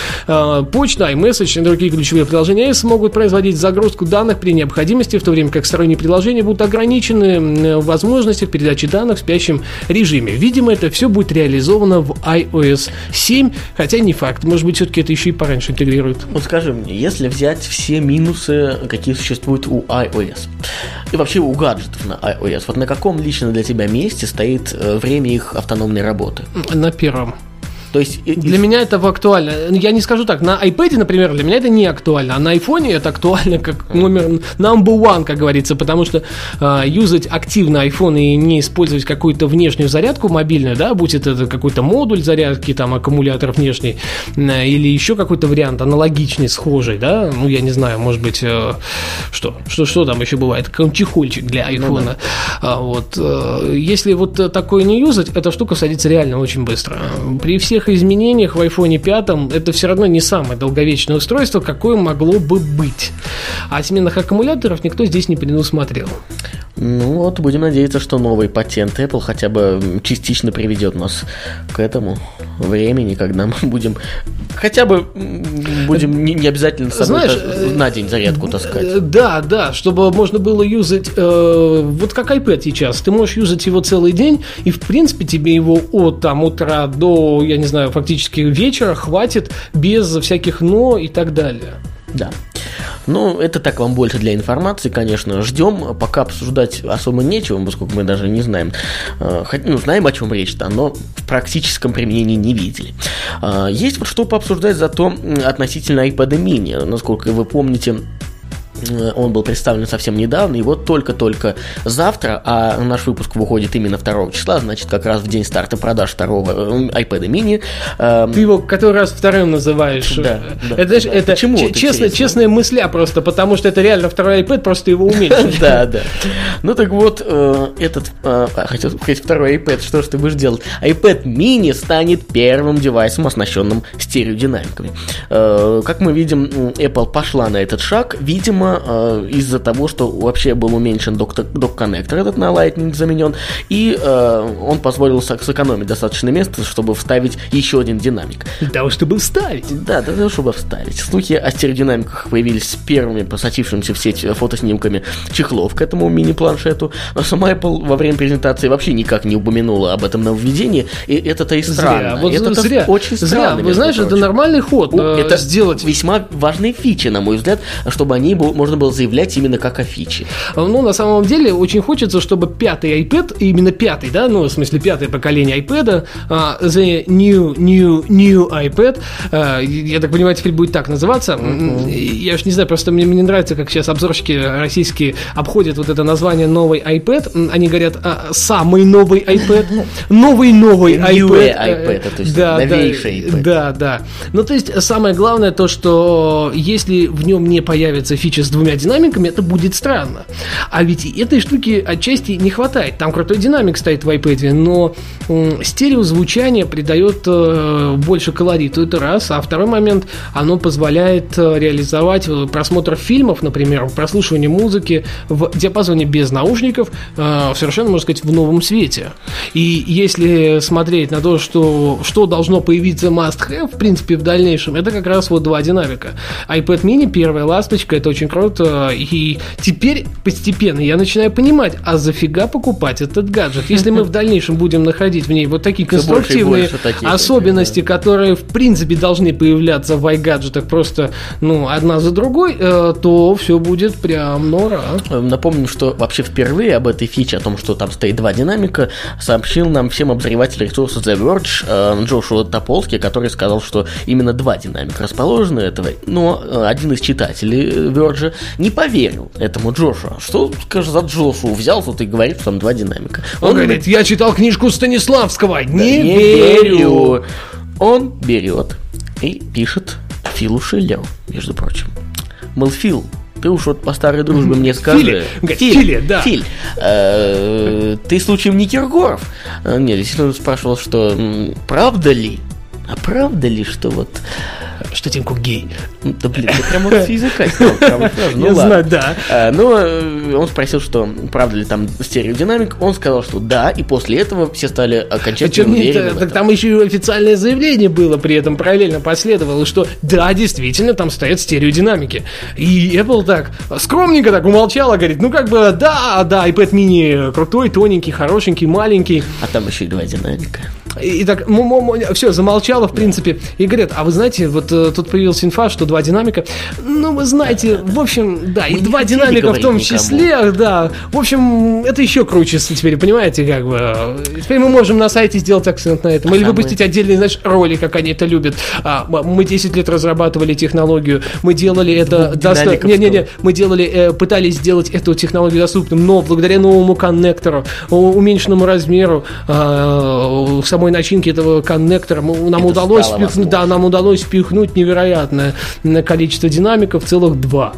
[SPEAKER 3] Почта, iMessage и другие ключевые приложения iOS смогут производить загрузку данных при необходимости, в то время как сторонние приложения будут ограничены в возможностях передачи данных в спящем режиме. Видимо, это все будет реализовано в iOS семь, хотя не факт. Может быть, все-таки это еще и пораньше интегрируют.
[SPEAKER 4] Вот скажи мне, если взять все минусы, какие существуют у iOS, и вообще у гаджетов на iOS, вот на каком лично для тебя месте стоит время их автономной работы?
[SPEAKER 3] На первом.
[SPEAKER 4] То есть,
[SPEAKER 3] для и... меня это актуально. Я не скажу так, на iPad, например, для меня это не актуально, а на iPhone это актуально как номер number one, как говорится, потому что э, юзать активно iPhone и не использовать какую-то внешнюю зарядку мобильную, да, будь это какой-то модуль зарядки, там, аккумулятор внешний, э, или еще какой-то вариант аналогичный, схожий, да, ну, я не знаю, может быть, э, что, что, что там еще бывает, какой-нибудь чехольчик для iPhone, ну, да. а, вот, э, если вот такое не юзать, эта штука садится реально очень быстро. При всех изменениях в айфоне пять это все равно не самое долговечное устройство, какое могло бы быть. А сменных аккумуляторов никто здесь не предусмотрел.
[SPEAKER 4] Ну вот, будем надеяться, что новый патент Apple хотя бы частично приведет нас к этому времени, когда мы будем хотя бы будем не, не обязательно с собой Знаешь, на день зарядку таскать.
[SPEAKER 3] Да, да, чтобы можно было юзать, э, вот как iPad сейчас, ты можешь юзать его целый день, и в принципе тебе его от там, утра до, я не знаю, фактически вечера хватит без всяких «но» и так далее.
[SPEAKER 4] Да. Ну, это так вам больше для информации, конечно. Ждем, пока обсуждать особо нечего, поскольку мы даже не знаем, ну, знаем, о чем речь-то, но в практическом применении не видели. Есть вот что пообсуждать зато относительно iPad mini. Насколько вы помните, Он был представлен совсем недавно, и вот только-только завтра, а наш выпуск выходит именно второго числа, значит, как раз в день старта продаж второго iPad mini.
[SPEAKER 3] Ты его который раз вторым называешь.
[SPEAKER 4] Да, да,
[SPEAKER 3] это,
[SPEAKER 4] да.
[SPEAKER 3] это
[SPEAKER 4] Почему?
[SPEAKER 3] ч- честно, честная мысля просто, потому что это реально второй iPad, просто его уменьшили.
[SPEAKER 4] Да, да. Ну так вот, этот, хотел сказать, второй iPad, что же ты будешь делать? iPad mini станет первым девайсом, оснащенным стереодинамиками. Как мы видим, Apple пошла на этот шаг, видимо, из-за того, что вообще был уменьшен док-коннектор этот на Lightning заменен, и он позволил сэкономить достаточно места, чтобы вставить еще один динамик.
[SPEAKER 3] Для того, чтобы вставить.
[SPEAKER 4] Да, для того, чтобы вставить. Слухи о стереодинамиках появились с первыми просочившимися в сеть фотоснимками чехлов к этому мини-планшету, но сама Apple во время презентации вообще никак не упомянула об этом нововведении, и это-то и странно.
[SPEAKER 3] Вот
[SPEAKER 4] это
[SPEAKER 3] зря.
[SPEAKER 4] очень странно.
[SPEAKER 3] Зря. Вы знаешь, прочим. Это нормальный ход.
[SPEAKER 4] Это
[SPEAKER 3] сделать
[SPEAKER 4] весьма важные фичи, на мой взгляд, чтобы они можно было заявлять именно как о фиче.
[SPEAKER 3] Ну, на самом деле, очень хочется, чтобы пятый iPad, именно пятый, да, ну, в смысле, пятое поколение iPad, uh, the new, new, new iPad, uh, я так понимаю, теперь будет так называться. Mm-hmm. Я уж не знаю, просто мне, мне нравится, как сейчас обзорщики российские обходят вот это название новый iPad. Они говорят, uh, самый новый iPad, новый-новый iPad.
[SPEAKER 4] iPad, то есть новейший iPad.
[SPEAKER 3] Да, да. Ну, то есть, самое главное то, что если в нем не появится фича с двумя динамиками, это будет странно. А ведь этой штуки отчасти не хватает. Там крутой динамик стоит в iPad, но м, стереозвучание придает э, больше колориту, это раз. А второй момент, оно позволяет э, реализовать просмотр фильмов, например, прослушивание музыки в диапазоне без наушников, э, совершенно, можно сказать, в новом свете. И если смотреть на то, что, что должно появиться must-have, в принципе, в дальнейшем, это как раз вот два динамика. iPad mini, первая ласточка, это очень круто. И теперь постепенно я начинаю понимать, а зафига покупать этот гаджет? Если мы в дальнейшем будем находить в ней вот такие конструктивные особенности, которые, в принципе, должны появляться в iGadget'ах просто, ну, одна за другой, то все будет прям нора.
[SPEAKER 4] Напомню, что вообще впервые об этой фиче, о том, что там стоит два динамика, сообщил нам всем обозреватель ресурса The Verge Джошуа Тополски, который сказал, что именно два динамика расположены этого, но один из читателей Verge не поверил этому Джошуа. Что, скажешь, за Джошуа взял тут и говорит, что там два динамика.
[SPEAKER 3] Он, Он говорит, я читал книжку Станиславского,
[SPEAKER 4] да,
[SPEAKER 3] не,
[SPEAKER 4] не
[SPEAKER 3] верю.
[SPEAKER 4] верю. Он берет и пишет Филу Шиллеру, между прочим. Мол, Фил, ты уж вот по старой дружбе мне скажи.
[SPEAKER 3] Филе, Филь, Филе, да.
[SPEAKER 4] Филь, э, ты случаем не Киркоров? Нет, действительно он спрашивал, что правда ли, а правда ли, что вот...
[SPEAKER 3] Что Тим Кук гей?
[SPEAKER 4] Да блин, ты прям вот с языка сказал. Ну,
[SPEAKER 3] я знаю, да.
[SPEAKER 4] А, ну, он спросил, что правда ли там стереодинамик. Он сказал, что да, и после этого все стали окончательно уверены.
[SPEAKER 3] Так там еще и официальное заявление было, при этом параллельно последовало, что да, действительно, там стоят стереодинамики. И Apple так скромненько так умолчала, говорит, ну как бы да, да, iPad mini крутой, тоненький, хорошенький, маленький.
[SPEAKER 4] А там еще и два динамика.
[SPEAKER 3] И так, все, замолчала, в принципе. И говорят, а вы знаете, вот тут появилась инфа, что два динамика. Ну, вы знаете, в общем, да, и два динамика в том числе, да. В общем, это еще круче теперь, понимаете, как бы. Теперь мы можем на сайте сделать акцент на этом. Или выпустить отдельный, знаешь, ролик, как они это любят. Мы десять лет разрабатывали технологию, мы делали это достаточно... Не-не-не, мы делали, пытались сделать эту технологию доступным, но благодаря новому коннектору, уменьшенному размеру, самой начинки этого коннектора нам это удалось впихнуть, да, нам удалось впихнуть невероятное количество динамиков, целых два.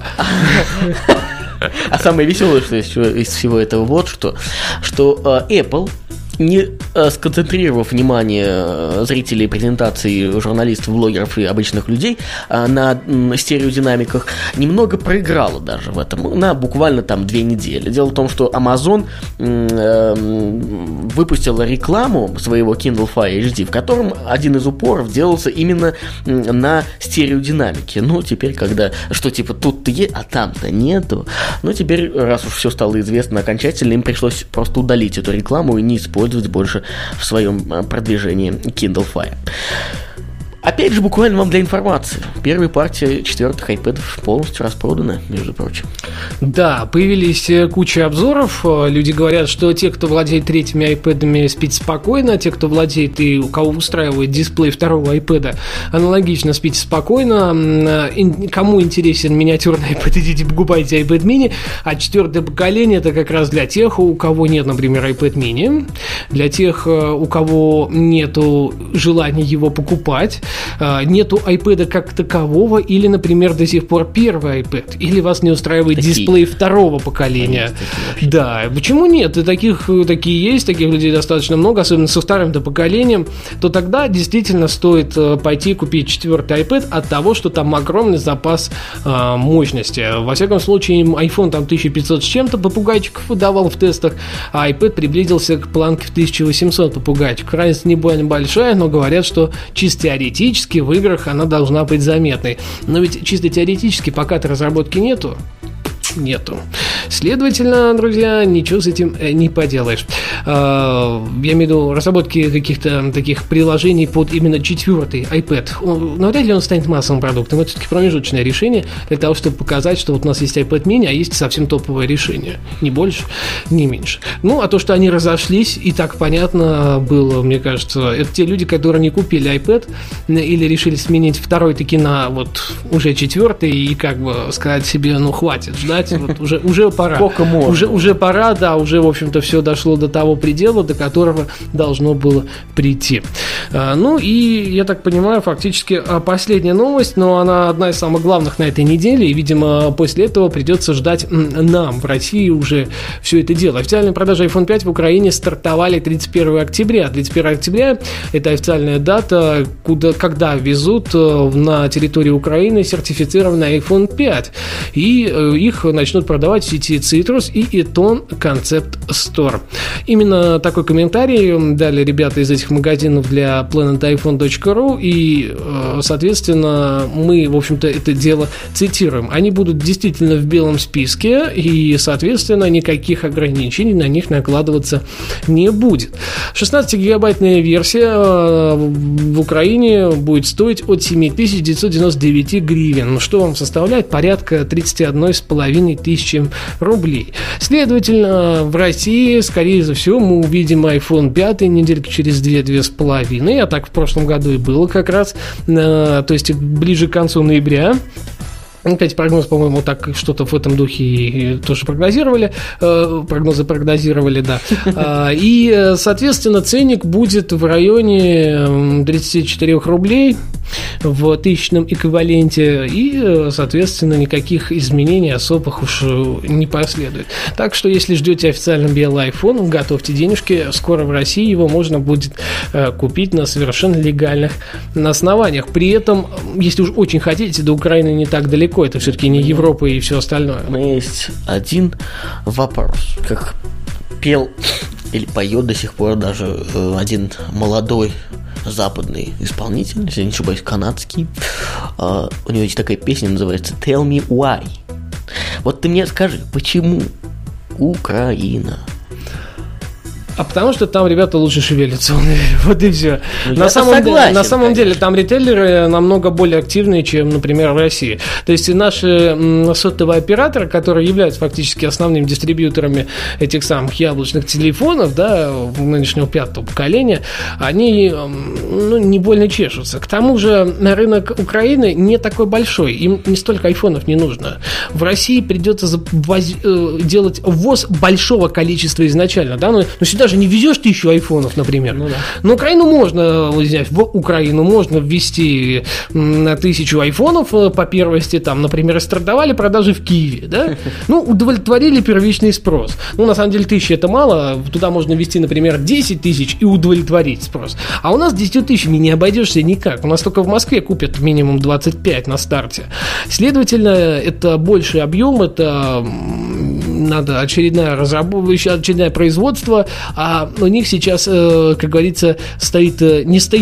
[SPEAKER 4] А самое веселое, что из всего этого вот что, что Apple, не сконцентрировав внимание зрителей презентаций, журналистов, блогеров и обычных людей на стереодинамиках, немного проиграла даже в этом, на буквально там две недели. Дело в том, что Amazon выпустила рекламу своего Kindle Fire эйч ди, в котором один из упоров делался именно на стереодинамике. Ну, теперь, когда, что типа тут-то есть, а там-то нету, ну, теперь, раз уж все стало известно окончательно, им пришлось просто удалить эту рекламу и не использовать больше в своем продвижении Kindle Fire. Опять же, буквально вам для информации. Первая партия четвертых iPad'ов полностью распродана, между прочим.
[SPEAKER 3] Да, появились куча обзоров. Люди говорят, что те, кто владеет третьими iPad'ами, спит спокойно. Те, кто владеет и у кого устраивает дисплей второго iPad'а, аналогично спите спокойно. Кому интересен миниатюрный iPad, идите покупайте iPad mini. А четвертое поколение — это как раз для тех, у кого нет, например, iPad mini. Для тех, у кого нету желания его покупать. Нету iPad'а как такового, или, например, до сих пор первый iPad, или вас не устраивает такие дисплей второго поколения. Есть, да, почему нет? И таких, такие есть, таких людей достаточно много, особенно со вторым-то поколением. То тогда действительно стоит пойти купить четвертый iPad от того, что там огромный запас э, мощности. Во всяком случае, iPhone там тысяча пятьсот с чем-то попугайчиков выдавал в тестах, а iPad приблизился к планке в тысяча восемьсот попугайчиков. Разница не больно большая, но говорят, что чисто теоретически в играх она должна быть заметной. Но ведь чисто теоретически пока-то разработки нету. Нету. Следовательно, друзья, ничего с этим не поделаешь. Я имею в виду разработки каких-то таких приложений под именно четвертый iPad. Навряд ли он станет массовым продуктом. Это все-таки промежуточное решение для того, чтобы показать, что вот у нас есть iPad mini, а есть совсем топовое решение. Не больше, не меньше. Ну, а то, что они разошлись, и так понятно было, мне кажется, это те люди, которые не купили iPad или решили сменить второй таки на вот уже четвертый и как бы сказать себе, ну, хватит ждать. Вот уже, уже пора.
[SPEAKER 4] Сколько можно.
[SPEAKER 3] Уже, уже пора, да, уже, в общем-то, все дошло до того предела, до которого должно было прийти. А, ну и, я так понимаю, фактически последняя новость, но она одна из самых главных на этой неделе, и, видимо, после этого придется ждать нам в России уже все это дело. Официальные продажи айфон пять в Украине стартовали тридцать первого октября. тридцать первого октября – это официальная дата, куда, когда везут на территорию Украины сертифицированный айфон пять, и их начнут продавать в сети Citrus и Eton Concept Store. Именно такой комментарий дали ребята из этих магазинов для planet iphone точка ру, и, соответственно, мы, в общем-то, это дело цитируем. Они будут действительно в белом списке, и, соответственно, никаких ограничений на них накладываться не будет. шестнадцатигигабайтная версия в Украине будет стоить от семь тысяч девятьсот девяносто девять гривен, что вам составляет порядка тридцать одна с половиной тысячи рублей. Следовательно, в России, скорее всего, мы увидим айфон пять недельки через две-две с половиной, а так в прошлом году и было как раз, то есть ближе к концу ноября. Кстати, прогноз, по-моему, так что-то в этом духе тоже прогнозировали, прогнозы прогнозировали, да. И, соответственно, ценник будет в районе тридцать четыре рублей в тысячном эквиваленте, и, соответственно, никаких изменений особых уж не последует. Так что, если ждете официально белый iPhone, готовьте денежки, скоро в России его можно будет купить на совершенно легальных основаниях. При этом, если уж очень хотите, до Украины не так далеко, это все-таки не Европа и все остальное.
[SPEAKER 4] У меня есть один вопрос. Как пел или поет до сих пор даже один молодой западный исполнитель, если я не ошибаюсь, канадский. У него есть такая песня, называется «Tell me why». Вот ты мне скажи, почему Украина?
[SPEAKER 3] А потому что там ребята лучше шевелятся, вот и все.
[SPEAKER 4] Ну,
[SPEAKER 3] на самом,
[SPEAKER 4] согласен,
[SPEAKER 3] деле, на самом деле там ритейлеры намного более активные, чем, например, в России. То есть наши сотовые операторы, которые являются фактически основными дистрибьюторами этих самых яблочных телефонов, да, нынешнего пятого поколения, они, ну, не больно чешутся. К тому же рынок Украины не такой большой, им не столько айфонов не нужно. В России придется делать ввоз большого количества изначально, да, но сюда даже не везешь тысячу айфонов, например. Ну, да. На Украину можно взять, в Украину можно ввести на тысячу айфонов по первости, там, например, стартовали продажи в Киеве, да? Ну, удовлетворили первичный спрос. Ну, на самом деле, тысяча это мало, туда можно ввести, например, десять тысяч и удовлетворить спрос. А у нас десять тысячами не обойдешься никак. У нас только в Москве купят минимум двадцать пять на старте. Следовательно, это больший объем, это надо очередное разработка, очередное производство, а у них сейчас, как говорится, стоит, не стоит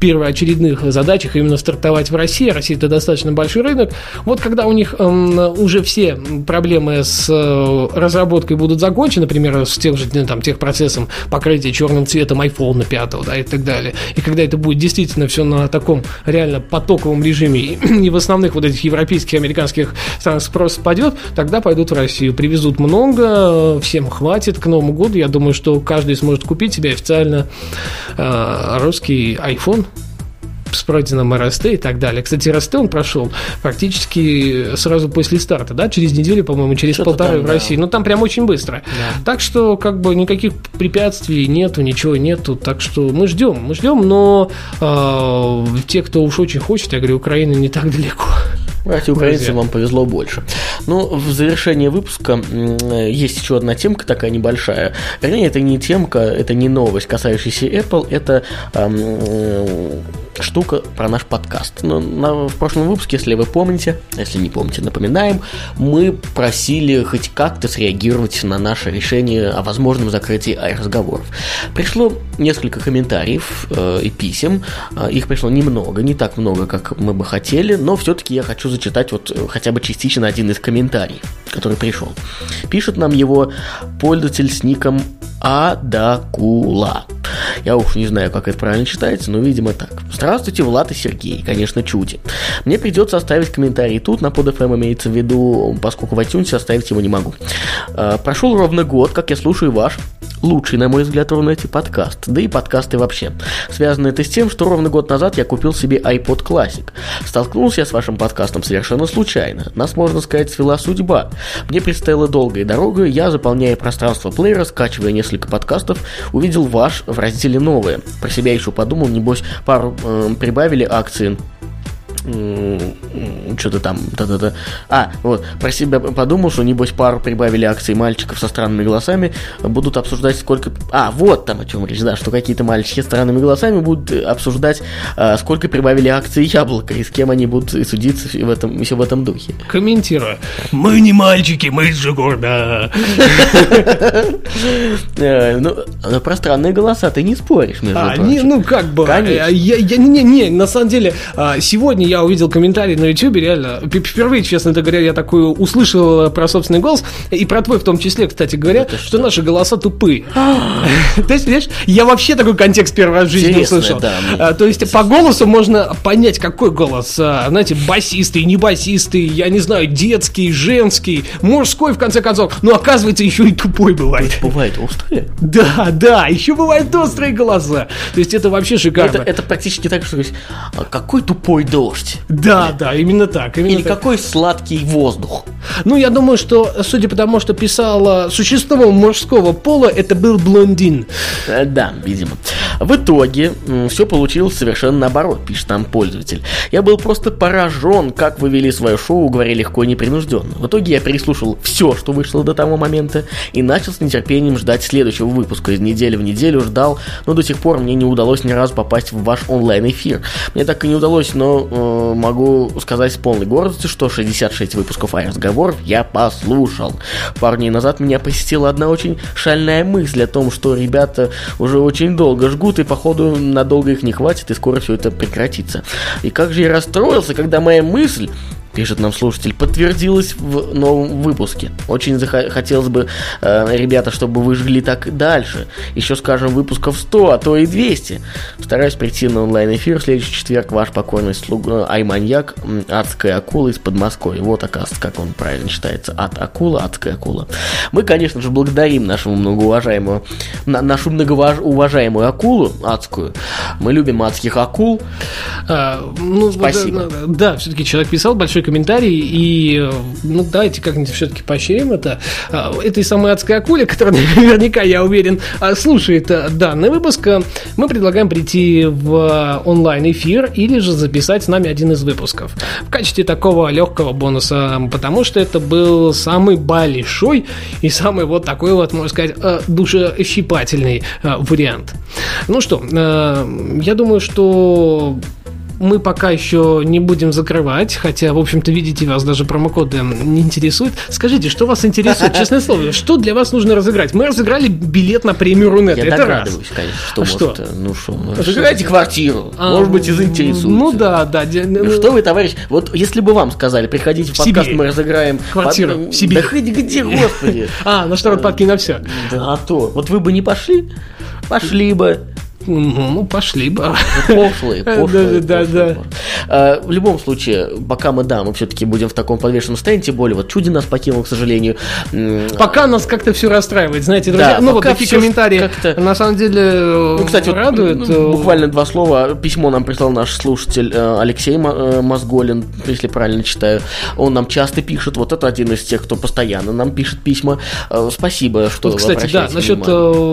[SPEAKER 3] первоочередных задачах именно стартовать в России. Россия – это достаточно большой рынок. Вот когда у них э, уже все проблемы с э, разработкой будут закончены, например, с тем же там, техпроцессом покрытия черным цветом айфона пятого, да, и так далее, и когда это будет действительно все на таком реально потоковом режиме и в основных вот этих европейских, американских странах спрос спадет, тогда пойдут в Россию. Привезут много, всем хватит к Новому году. Я думаю, что каждый сможет купить себе официально э, русский iPhone с пройденным эр эс ти и так далее. Кстати, эр эс ти он прошел практически сразу после старта, да, через неделю, по-моему, через Что-то полторы там, в России. Да. Ну, там прям очень быстро. Да. Так что, как бы, никаких препятствий нету, ничего нету. Так что мы ждем, мы ждем, но э, те, кто уж очень хочет, я говорю, Украина не так далеко.
[SPEAKER 4] Братья украинцы, вам повезло больше. Ну, в завершение выпуска есть еще одна темка такая небольшая. Вернее, это не темка, это не новость, касающаяся Apple, это эм, штука про наш подкаст. Но на, в прошлом выпуске, если вы помните, если не помните, напоминаем, мы просили хоть как-то среагировать на наше решение о возможном закрытии iRazговоров. Пришло несколько комментариев э, и писем. Их пришло немного, не так много, как мы бы хотели, но все-таки я хочу зачитать вот хотя бы частично один из комментариев, который пришел. Пишет нам его пользователь с ником Адакула. Я уж не знаю, как это правильно читается, но, видимо, так. Здравствуйте, Влад и Сергей, конечно, чуди. Мне придется оставить комментарий тут, на под эф эм имеется в виду, поскольку в iTunes оставить его не могу. Прошел ровно год, как я слушаю ваш лучший, на мой взгляд, в Рунете подкаст, да и подкасты вообще. Связано это с тем, что ровно год назад я купил себе iPod Classic. Столкнулся я с вашим подкастом совершенно случайно. Нас, можно сказать, свела судьба. Мне предстояла долгая дорога, я, заполняя пространство плеера, скачивая несколько подкастов, увидел ваш в разделе «Новое». Про себя еще подумал, небось, пару э, прибавили акции. Что-то там, да-да-да. А, вот, про себя подумал, что, небось, пару прибавили акций мальчиков со странными голосами, будут обсуждать, сколько... А, вот там о чем речь, да, что какие-то мальчики с странными голосами будут обсуждать, а, сколько прибавили акций Яблоко, и с кем они будут судиться в этом, еще в этом духе.
[SPEAKER 3] Комментирую. Мы не мальчики, мы из Жигурда.
[SPEAKER 4] Ну, про странные голоса ты не споришь, между прочим.
[SPEAKER 3] Ну, как бы, не-не-не, на самом деле, сегодня я увидел комментарий на YouTube, реально, впервые, честно говоря, я такой услышал про собственный голос, и про твой в том числе, кстати говоря, что, что наши голоса тупые. То есть, понимаешь, я вообще такой контекст первый раз в жизни услышал. То есть, по голосу можно понять, какой голос, знаете, басистый, не басистый, я не знаю, детский, женский, мужской, в конце концов, но оказывается, еще и тупой бывает.
[SPEAKER 4] Бывает острые?
[SPEAKER 3] Да, да, еще бывают острые голоса. То есть, это вообще шикарно.
[SPEAKER 4] Это практически так, что какой тупой дождь.
[SPEAKER 3] Да, да, именно так. Именно
[SPEAKER 4] Или так. Какой сладкий воздух.
[SPEAKER 3] Ну, я думаю, что, судя по тому, что писало существо мужского пола, это был блондин.
[SPEAKER 4] Да, видимо. В итоге все получилось совершенно наоборот, пишет нам пользователь. Я был просто поражен, как вы вели свое шоу, говоря легко и непринужденно. В итоге я переслушал все, что вышло до того момента, и начал с нетерпением ждать следующего выпуска. Из недели в неделю ждал, но до сих пор мне не удалось ни разу попасть в ваш онлайн-эфир. Мне так и не удалось, но э, могу сказать с полной гордостью, что шестьдесят шесть выпусков iRazговоров я послушал. Пару дней назад меня посетила одна очень шальная мысль о том, что ребята уже очень долго жгут, и походу надолго их не хватит, и скоро все это прекратится. И как же я расстроился, когда моя мысль, пишет нам слушатель, подтвердилась в новом выпуске. Очень зах- хотелось бы, э, ребята, чтобы вы жгли так дальше. Еще, скажем, выпусков сто, а то и двести. Стараюсь прийти на онлайн-эфир в следующий четверг. Ваш покойный слуга Айманьяк, адская акула из Подмосковья. Вот, оказывается, как он правильно читается. Ад акула, адская акула. Мы, конечно же, благодарим нашему многоуважаемую, на, нашу многоуважаемую акулу адскую. Мы любим адских акул.
[SPEAKER 3] А, ну,
[SPEAKER 4] спасибо.
[SPEAKER 3] Да, да, все-таки человек писал большой комментарий, и ну давайте как-нибудь все-таки поощрим это. Этой самой адской акуле, которая наверняка, я уверен, слушает данный выпуск, мы предлагаем прийти в онлайн-эфир или же записать с нами один из выпусков в качестве такого легкого бонуса, потому что это был самый большой и самый вот такой вот, можно сказать, душещипательный вариант. Ну что, я думаю, что мы пока еще не будем закрывать, хотя, в общем-то, видите, вас даже промокоды не интересуют. Скажите, что вас интересует, честное слово, что для вас нужно разыграть? Мы разыграли билет на премию Рунета.
[SPEAKER 4] Я
[SPEAKER 3] это
[SPEAKER 4] догадываюсь,
[SPEAKER 3] раз.
[SPEAKER 4] конечно, что,
[SPEAKER 3] а что?
[SPEAKER 4] может, ну что, разыграйте квартиру, а, может быть, и заинтересуется.
[SPEAKER 3] Ну да, да.
[SPEAKER 4] Ну, что вы, товарищ, вот если бы вам сказали, приходите в подкаст,
[SPEAKER 3] Сибирь.
[SPEAKER 4] Мы разыграем
[SPEAKER 3] квартиру
[SPEAKER 4] под...
[SPEAKER 3] в Сибири.
[SPEAKER 4] Да хоть где, господи.
[SPEAKER 3] А, на что подки на все.
[SPEAKER 4] Да, а то. Вот вы бы не пошли? Пошли бы.
[SPEAKER 3] Ну, пошли бы.
[SPEAKER 4] Пошлые, пошлые.
[SPEAKER 3] Да, да,
[SPEAKER 4] да. В любом случае, пока мы, да, мы все-таки будем в таком подвешенном состоянии, тем более, вот Чуди нас покинул, к сожалению.
[SPEAKER 3] Пока нас как-то все расстраивает, знаете, друзья.
[SPEAKER 4] Да,
[SPEAKER 3] ну, вот такие комментарии
[SPEAKER 4] как-то...
[SPEAKER 3] на самом деле
[SPEAKER 4] ну, кстати,
[SPEAKER 3] радуют.
[SPEAKER 4] Вот, ну, буквально два слова. Письмо нам прислал наш слушатель Алексей Мозголин, если правильно читаю. Он нам часто пишет. Вот это один из тех, кто постоянно нам пишет письма. Спасибо, что
[SPEAKER 3] вот, кстати, да, насчет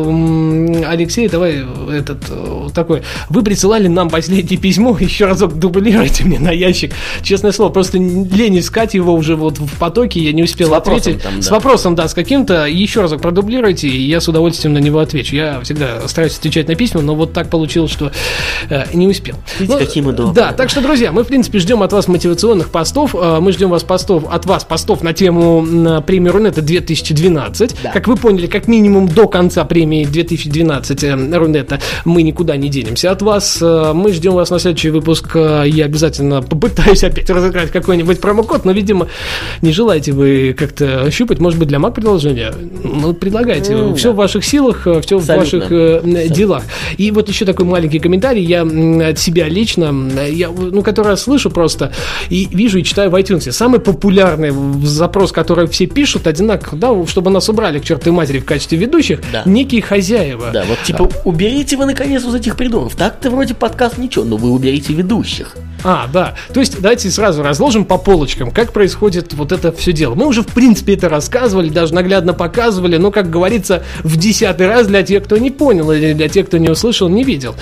[SPEAKER 3] э, Алексея, давай этот такой. Вы присылали нам последнее письмо, еще разок дублируйте мне на ящик. Честное слово, просто лень искать его уже вот в потоке, я не успел
[SPEAKER 4] с
[SPEAKER 3] ответить.
[SPEAKER 4] Там, да.
[SPEAKER 3] С вопросом, да, с каким-то. Еще разок продублируйте, и я с удовольствием на него отвечу. Я всегда стараюсь отвечать на письма, но вот так получилось, что э, не успел.
[SPEAKER 4] Видите, ну, какие мы добрые.
[SPEAKER 3] Да, так что, друзья, мы, в принципе, ждем от вас мотивационных постов. Мы ждем вас постов, от вас постов на тему на премии Рунета две тысячи двенадцать. Да. Как вы поняли, как минимум до конца премии две тысячи двенадцать Рунета мы никуда не денемся от вас. Мы ждем вас на следующий выпуск. Я обязательно попытаюсь опять разыграть какой-нибудь промокод, но, видимо, не желаете вы как-то щупать. Может быть, для Mac-приложения? Ну, предлагайте. Mm, все да. в ваших силах, все Абсолютно. в ваших э, делах. И вот еще такой маленький комментарий. Я от себя лично, я, ну, который я слышу просто и вижу и читаю в iTunes. Самый популярный запрос, который все пишут, одинаково, да, чтобы нас убрали к чертовой матери в качестве ведущих, да. некие хозяева.
[SPEAKER 4] Да, вот типа, уберите вы, наконец, вот этих придурков. Так-то вроде подкаст ничего, но вы уберите ведущих.
[SPEAKER 3] А, да. То есть давайте сразу разложим по полочкам, как происходит вот это все дело. Мы уже, в принципе, это рассказывали, даже наглядно показывали, но, как говорится, в десятый раз для тех, кто не понял, или для тех, кто не услышал, не видел.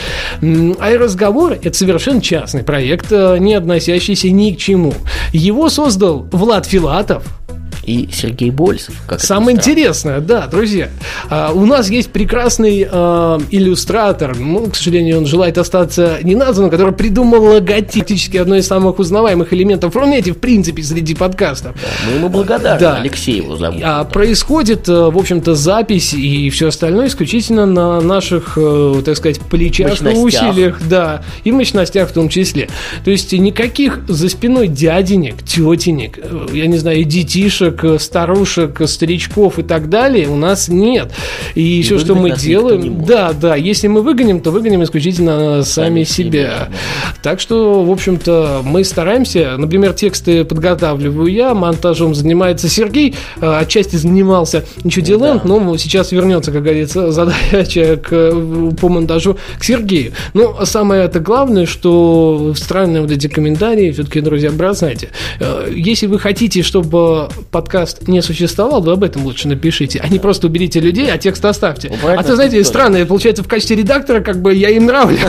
[SPEAKER 3] iRazgovor — это совершенно частный проект, не относящийся ни к чему. Его создал Влад Филатов
[SPEAKER 4] и Сергей Болесов. Как
[SPEAKER 3] Самое интересное, да, друзья, а, у нас есть прекрасный а, иллюстратор, ну, к сожалению, он желает остаться неназванным, который придумал логотип, практически одно из самых узнаваемых элементов в Рунете, в принципе, среди подкастов.
[SPEAKER 4] Да, мы ему благодарны, да. Алексей его зовут.
[SPEAKER 3] А, происходит, в общем-то, запись и все остальное исключительно на наших, так сказать, плечах и усилиях, да, и мощностях в том числе. То есть никаких за спиной дяденек, тетенек, я не знаю, детишек, старушек, старичков и так далее у нас нет. И, и все, что мы делаем, да, да, если мы выгоним, то выгоним исключительно сами, сами себя. себя. Так что, в общем-то, мы стараемся. Например, тексты подготавливаю я, монтажом занимается Сергей, отчасти занимался ничего делаем, да. но сейчас вернется, как говорится, задача к, по монтажу к Сергею. Но самое это главное, что странные вот эти комментарии, все-таки, друзья, брат, знаете, если вы хотите, чтобы подкаст не существовал, вы об этом лучше напишите, а не просто уберите людей, а текст оставьте. Ну, а то, знаете, странно, получается, в качестве редактора, как бы, я им нравлюсь.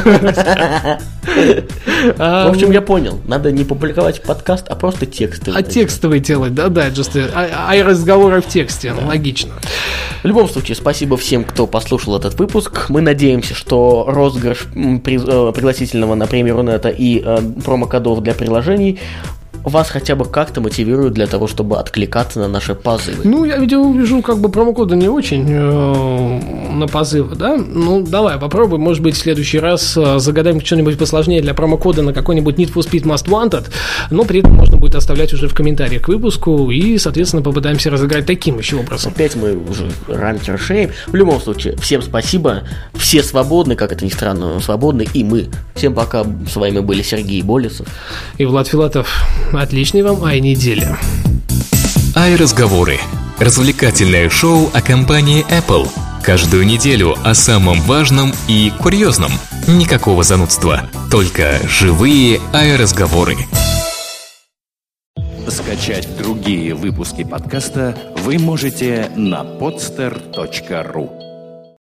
[SPEAKER 4] В общем, я понял, надо не публиковать подкаст, а просто тексты.
[SPEAKER 3] А текстовый делать, да, да, а разговоры в тексте, логично.
[SPEAKER 4] В любом случае, спасибо всем, кто послушал этот выпуск. Мы надеемся, что розыгрыш пригласительного на премию Рунета и промокодов для приложений вас хотя бы как-то мотивирует для того, чтобы откликаться на наши позывы.
[SPEAKER 3] Ну, я видел, вижу, как бы промокоды не очень э, на позывы, да? Ну, давай, попробуем, может быть, в следующий раз э, загадаем что-нибудь посложнее для промокода на какой-нибудь Need for Speed Most Wanted, но при этом можно будет оставлять уже в комментариях к выпуску и, соответственно, попытаемся разыграть таким еще образом.
[SPEAKER 4] Опять мы уже раньше расширяем. В любом случае, всем спасибо, все свободны, как это ни странно, свободны, и мы. Всем пока, с вами были Сергей Болесов
[SPEAKER 3] и Влад Филатов. Отличной вам ай-недели.
[SPEAKER 2] Ай-разговоры. Развлекательное шоу о компании Apple. Каждую неделю о самом важном и курьезном. Никакого занудства. Только живые ай-разговоры.
[SPEAKER 1] Скачать другие выпуски подкаста вы можете на podster точка ру.